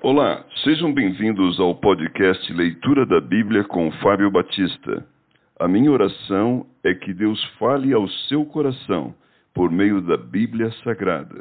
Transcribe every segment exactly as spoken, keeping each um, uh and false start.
Olá, sejam bem-vindos ao podcast Leitura da Bíblia com Fábio Batista. A minha oração é que Deus fale ao seu coração por meio da Bíblia Sagrada.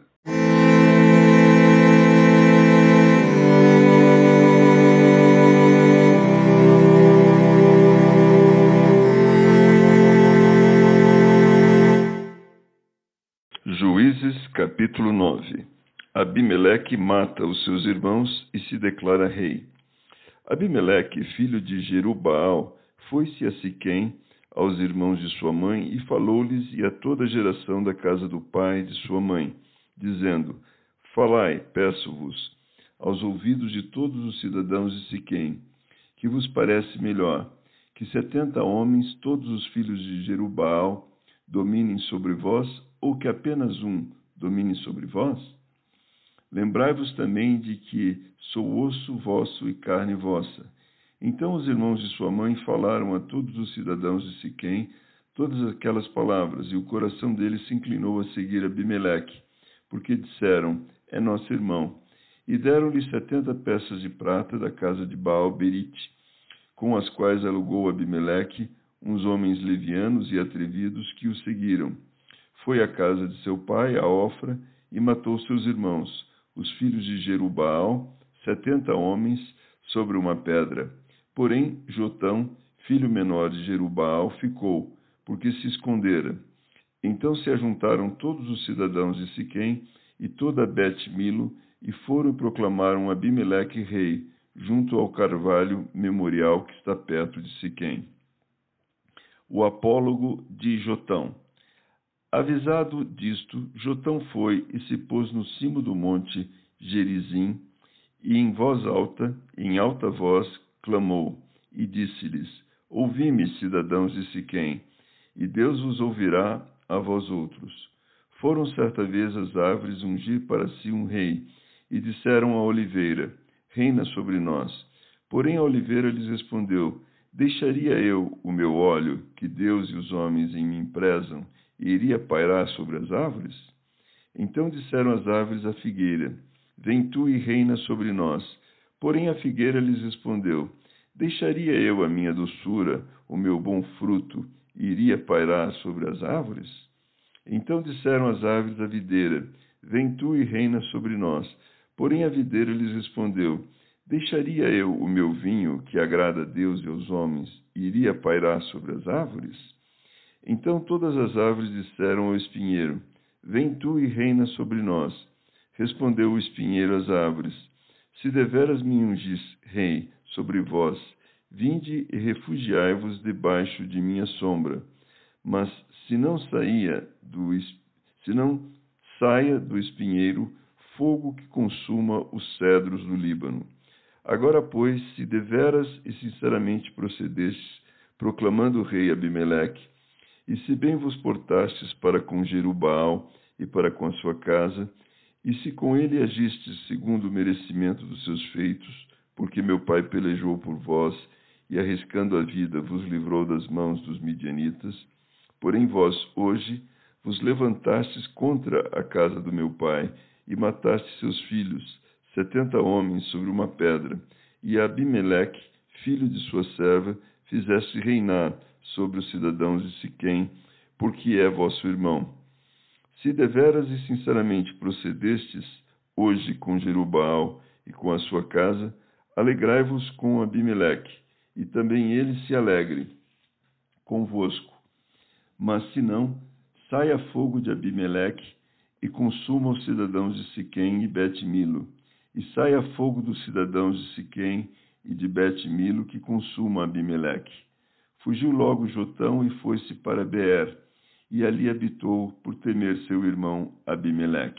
Juízes, capítulo nove. Abimeleque mata os seus irmãos e se declara rei. Abimeleque, filho de Jerubaal, foi-se a Siquém, aos irmãos de sua mãe, e falou-lhes e a toda a geração da casa do pai de sua mãe, dizendo: Falai, peço-vos, aos ouvidos de todos os cidadãos de Siquém, que vos parece melhor, que setenta homens, todos os filhos de Jerubaal, dominem sobre vós, ou que apenas um domine sobre vós? Lembrai-vos também de que sou osso vosso e carne vossa. Então os irmãos de sua mãe falaram a todos os cidadãos de Siquém todas aquelas palavras, e o coração deles se inclinou a seguir Abimeleque, porque disseram: é nosso irmão. E deram-lhe setenta peças de prata da casa de Baal-Berite, com as quais alugou Abimeleque uns homens levianos e atrevidos que o seguiram. Foi à casa de seu pai, a Ofra, e matou seus irmãos, os filhos de Jerubaal, setenta homens, sobre uma pedra. Porém, Jotão, filho menor de Jerubaal, ficou, porque se escondera. Então se ajuntaram todos os cidadãos de Siquém e toda Bet-Milo, e foram e proclamaram Abimeleque rei, junto ao carvalho memorial que está perto de Siquém. O apólogo de Jotão. Avisado disto, Jotão foi e se pôs no cimo do monte Gerizim, e em voz alta, em alta voz, clamou, e disse-lhes: Ouvi-me, cidadãos de Siquém, e Deus vos ouvirá a vós outros. Foram certa vez as árvores ungir para si um rei, e disseram à oliveira: Reina sobre nós. Porém a oliveira lhes respondeu: Deixaria eu o meu óleo, que Deus e os homens em mim prezam, e iria pairar sobre as árvores? Então disseram as árvores à figueira: Vem tu e reina sobre nós. Porém a figueira lhes respondeu: Deixaria eu a minha doçura, o meu bom fruto, e iria pairar sobre as árvores? Então disseram as árvores à videira: Vem tu e reina sobre nós. Porém a videira lhes respondeu: Deixaria eu o meu vinho, que agrada a Deus e aos homens, e iria pairar sobre as árvores? Então todas as árvores disseram ao espinheiro: Vem tu e reina sobre nós. Respondeu o espinheiro às árvores: Se deveras me ungis rei sobre vós, vinde e refugiai-vos debaixo de minha sombra. Mas se não saia do se não saia do espinheiro fogo que consuma os cedros do Líbano. Agora, pois, se deveras e sinceramente procedestes, proclamando o rei Abimeleque, e se bem vos portastes para com Jerubaal e para com a sua casa, e se com ele agistes segundo o merecimento dos seus feitos, porque meu pai pelejou por vós, e arriscando a vida vos livrou das mãos dos midianitas, porém vós hoje vos levantastes contra a casa do meu pai, e matastes seus filhos, setenta homens sobre uma pedra, e Abimeleque, filho de sua serva, fizeste reinar sobre os cidadãos de Siquém, porque é vosso irmão. Se deveras e sinceramente procedestes hoje com Jerubaal e com a sua casa, alegrai-vos com Abimeleque, e também ele se alegre convosco. Mas se não, saia fogo de Abimeleque e consuma os cidadãos de Siquém e Bet-Milo, e saia fogo dos cidadãos de Siquém e de Bet-Milo que consuma Abimeleque. Fugiu logo Jotão e foi-se para Beer, e ali habitou por temer seu irmão Abimeleque.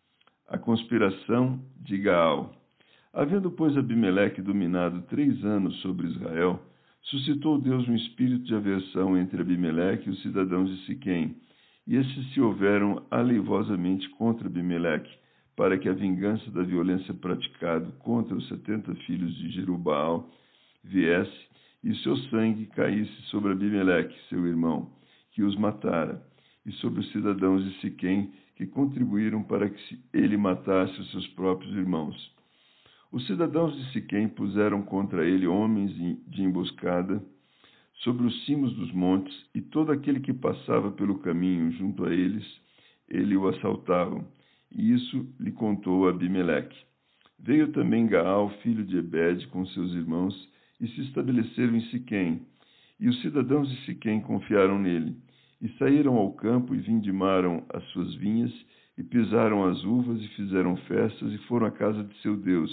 A conspiração de Gaal. Havendo, pois, Abimeleque dominado três anos sobre Israel, suscitou Deus um espírito de aversão entre Abimeleque e os cidadãos de Siquém, e estes se houveram aleivosamente contra Abimeleque, para que a vingança da violência praticada contra os setenta filhos de Jerubaal viesse, e seu sangue caísse sobre Abimeleque, seu irmão, que os matara, e sobre os cidadãos de Siquém, que contribuíram para que ele matasse os seus próprios irmãos. Os cidadãos de Siquém puseram contra ele homens de emboscada sobre os cimos dos montes, e todo aquele que passava pelo caminho junto a eles, ele o assaltavam. E isso lhe contou Abimeleque. Veio também Gaal, filho de Ebed, com seus irmãos, e se estabeleceram em Siquém. E os cidadãos de Siquém confiaram nele, e saíram ao campo e vindimaram as suas vinhas, e pisaram as uvas, e fizeram festas, e foram à casa de seu Deus.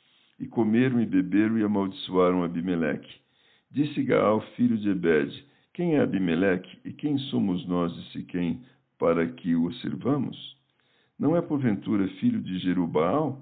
E comeram e beberam, e amaldiçoaram Abimeleque. Disse Gaal, filho de Ebed: Quem é Abimeleque, e quem somos nós de Siquém, para que o sirvamos? Não é porventura filho de Jerubaal?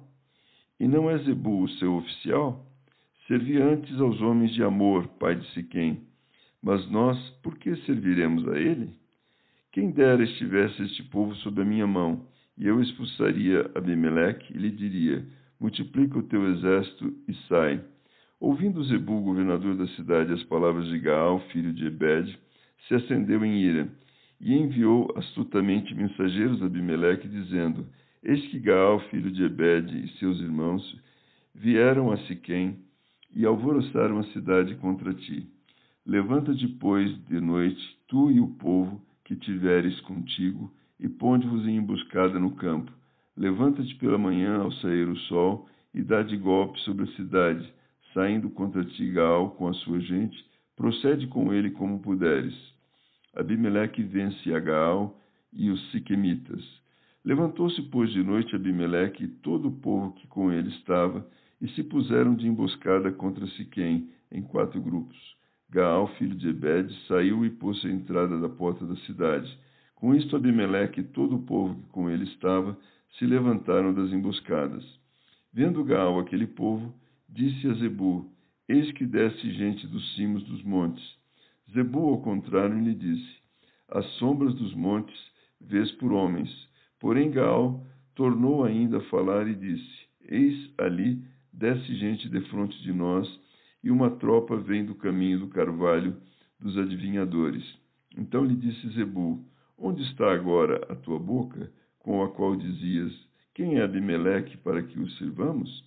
E não é Zebu o seu oficial? Servia antes aos homens de Amor, pai de Siquém. Mas nós, por que serviremos a ele? Quem dera estivesse este povo sob a minha mão, e eu expulsaria Abimeleque e lhe diria: multiplica o teu exército e sai. Ouvindo Zebu, governador da cidade, as palavras de Gaal, filho de Ebed, se acendeu em ira, e enviou astutamente mensageiros a Abimeleque, dizendo: Eis que Gaal, filho de Ebed, e seus irmãos vieram a Siquém e alvoroçaram a cidade contra ti. Levanta-te, pois, de noite, tu e o povo que tiveres contigo, e ponde-vos em emboscada no campo. Levanta-te pela manhã, ao sair o sol, e dá de golpe sobre a cidade, saindo contra ti Gaal com a sua gente, procede com ele como puderes. Abimeleque vence a Gaal e os siquemitas. Levantou-se, pois, de noite Abimeleque e todo o povo que com ele estava, e se puseram de emboscada contra Siquém, em quatro grupos. Gaal, filho de Ebed, saiu e pôs-se à entrada da porta da cidade. Com isto Abimeleque e todo o povo que com ele estava, se levantaram das emboscadas. Vendo Gaal aquele povo, disse a Zebu: Eis que desce gente dos cimos dos montes. Zebu, ao contrário, lhe disse: As sombras dos montes vês por homens. Porém Gaal tornou ainda a falar e disse: Eis ali desce gente defronte de nós, e uma tropa vem do caminho do carvalho dos adivinhadores. Então lhe disse Zebu: Onde está agora a tua boca, com a qual dizias: Quem é Abimeleque para que o sirvamos?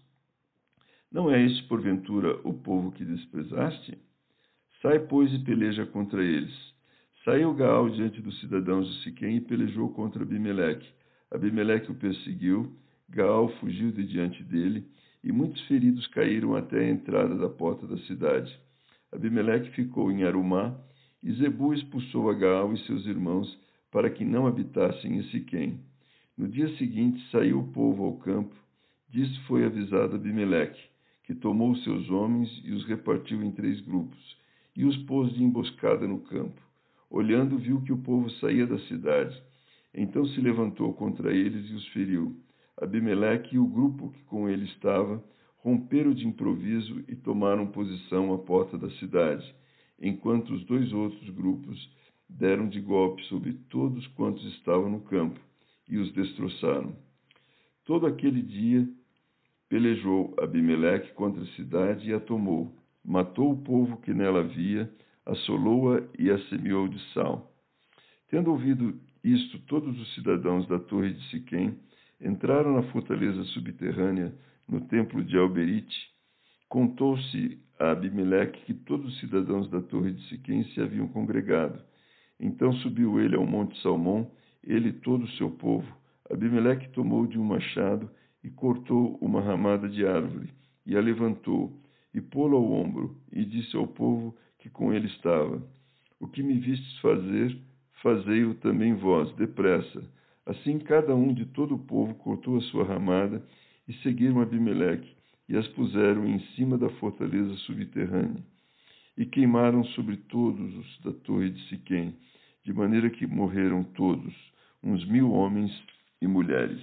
Não é este, porventura, o povo que desprezaste? Sai, pois, e peleja contra eles. Saiu Gaal diante dos cidadãos de Siquém e pelejou contra Abimeleque. Abimeleque o perseguiu, Gaal fugiu de diante dele, e muitos feridos caíram até a entrada da porta da cidade. Abimeleque ficou em Arumá, e Zebu expulsou a Gaal e seus irmãos para que não habitassem em Siquém. No dia seguinte saiu o povo ao campo. Disso foi avisado Abimeleque, que tomou os seus homens e os repartiu em três grupos, e os pôs de emboscada no campo. Olhando, viu que o povo saía da cidade. Então se levantou contra eles e os feriu. Abimeleque e o grupo que com ele estava romperam de improviso e tomaram posição à porta da cidade, enquanto os dois outros grupos deram de golpe sobre todos quantos estavam no campo e os destroçaram. Todo aquele dia pelejou Abimeleque contra a cidade e a tomou. Matou o povo que nela havia, assolou-a e a semeou de sal. Tendo ouvido isto, todos os cidadãos da torre de Siquém entraram na fortaleza subterrânea, no templo de Alberite. Contou-se a Abimeleque que todos os cidadãos da torre de Siquém se haviam congregado. Então subiu ele ao monte Salmão, ele e todo o seu povo. Abimeleque tomou de um machado e cortou uma ramada de árvore, e a levantou, e pô-la ao ombro, e disse ao povo que com ele estava: O que me vistes fazer, fazei-o também vós, depressa. Assim cada um de todo o povo cortou a sua ramada, e seguiram Abimeleque, e as puseram em cima da fortaleza subterrânea. E queimaram sobre todos os da torre de Siquém, de maneira que morreram todos, uns mil homens e mulheres.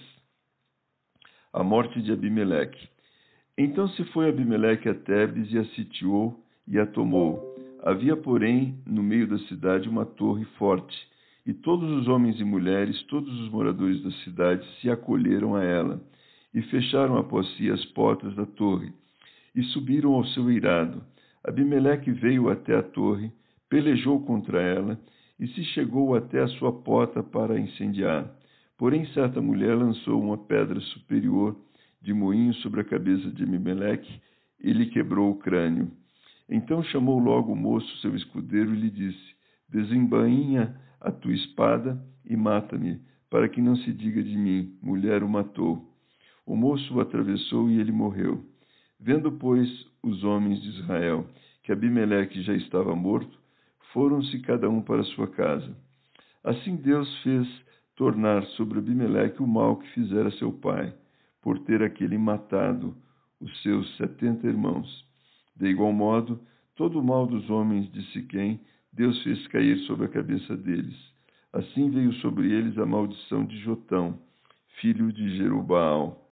A morte de Abimeleque. Então se foi Abimeleque a Tebes e a sitiou e a tomou. Havia, porém, no meio da cidade uma torre forte, e todos os homens e mulheres, todos os moradores da cidade, se acolheram a ela, e fecharam após si as portas da torre, e subiram ao seu eirado. Abimeleque veio até a torre, pelejou contra ela, e se chegou até a sua porta para a incendiar. Porém, certa mulher lançou uma pedra superior de moinho sobre a cabeça de Abimeleque e lhe quebrou o crânio. Então chamou logo o moço, seu escudeiro, e lhe disse: desembainha a tua espada e mata-me, para que não se diga de mim, mulher o matou. O moço o atravessou e ele morreu. Vendo, pois, os homens de Israel que Abimeleque já estava morto, foram-se cada um para sua casa. Assim Deus fez tornar sobre Abimeleque o mal que fizera seu pai, por ter aquele matado os seus setenta irmãos. De igual modo, todo o mal dos homens de Siquém, Deus fez cair sobre a cabeça deles. Assim veio sobre eles a maldição de Jotão, filho de Jerubaal.